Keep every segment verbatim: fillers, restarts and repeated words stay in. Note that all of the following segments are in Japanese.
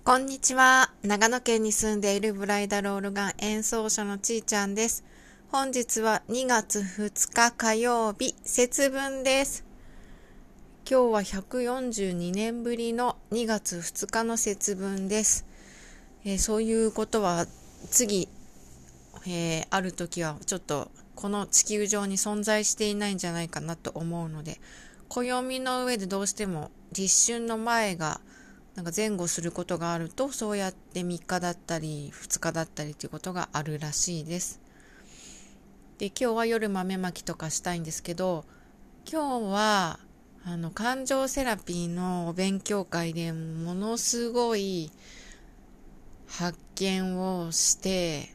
こんにちは。長野県に住んでいるブライダルオルガン演奏者のちーちゃんです。本日はにがつふつか火曜日、節分です。今日はひゃくよんじゅうにねんぶりのにがつふつかの節分です。えーそういうことは次、えーある時はちょっとこの地球上に存在していないんじゃないかなと思うので、暦の上でどうしても立春の前がなんか前後することがあると、そうやってみっかだったりふつかだったりということがあるらしいです。で、今日は夜豆まきとかしたいんですけど、今日はあの感情セラピーのお勉強会でものすごい発見をして、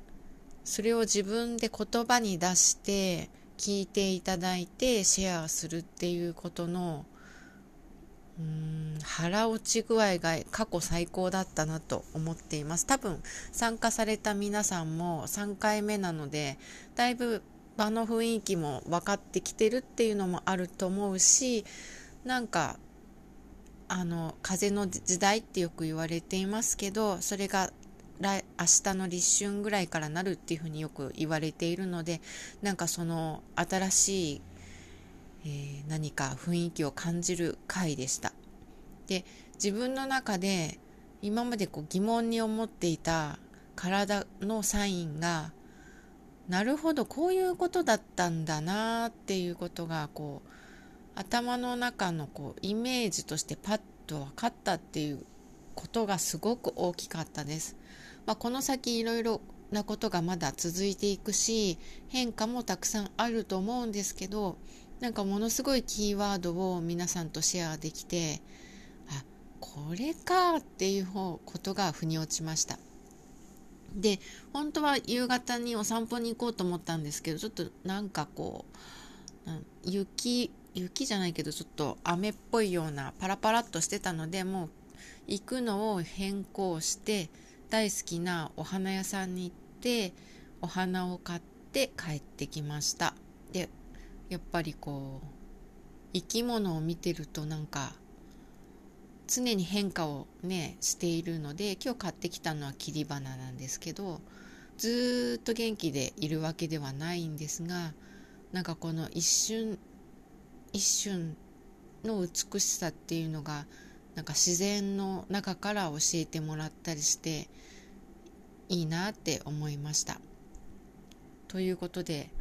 それを自分で言葉に出して聞いていただいてシェアするっていうことのうーん腹落ち具合が過去最高だったなと思っています。多分参加された皆さんもさんかいめなので、だいぶ場の雰囲気も分かってきてるっていうのもあると思うし、なんかあの風の時代ってよく言われていますけど、それが来明日の立春ぐらいからなるっていうふうによく言われているので、なんかその新しい、えー何か雰囲気を感じる回でした。で、自分の中で今までこう疑問に思っていた体のサインが、なるほどこういうことだったんだなっていうことがこう頭の中のこうイメージとしてパッと分かったっていうことがすごく大きかったです。まあ、この先いろいろなことがまだ続いていくし、変化もたくさんあると思うんですけど、なんかものすごいキーワードを皆さんとシェアできて、あ、これかっていうことが腑に落ちました。で、本当は夕方にお散歩に行こうと思ったんですけど、ちょっとなんかこう、雪、雪じゃないけどちょっと雨っぽいようなパラパラっとしてたので、もう行くのを変更して、大好きなお花屋さんに行ってお花を買って帰ってきました。で、やっぱりこう生き物を見てるとなんか常に変化をねしているので、今日買ってきたのは切り花なんですけど、ずーっと元気でいるわけではないんですが、なんかこの一瞬一瞬の美しさっていうのがなんか自然の中から教えてもらったりしていいなって思いました。ということで、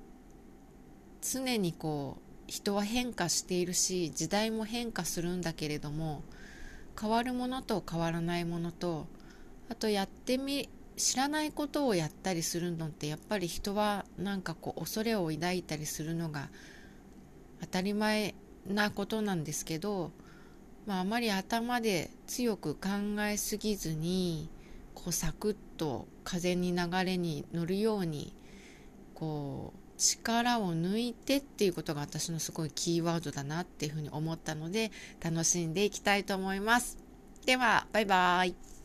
常にこう人は変化しているし、時代も変化するんだけれども、変わるものと変わらないものと、あとやってみ知らないことをやったりするのって、やっぱり人はなんかこう恐れを抱いたりするのが当たり前なことなんですけど、まあ、あまり頭で強く考えすぎずに、こうサクッと風に流れに乗るようにこう力を抜いてっていうことが私のすごいキーワードだなっていうふうに思ったので、楽しんでいきたいと思います。ではバイバイ。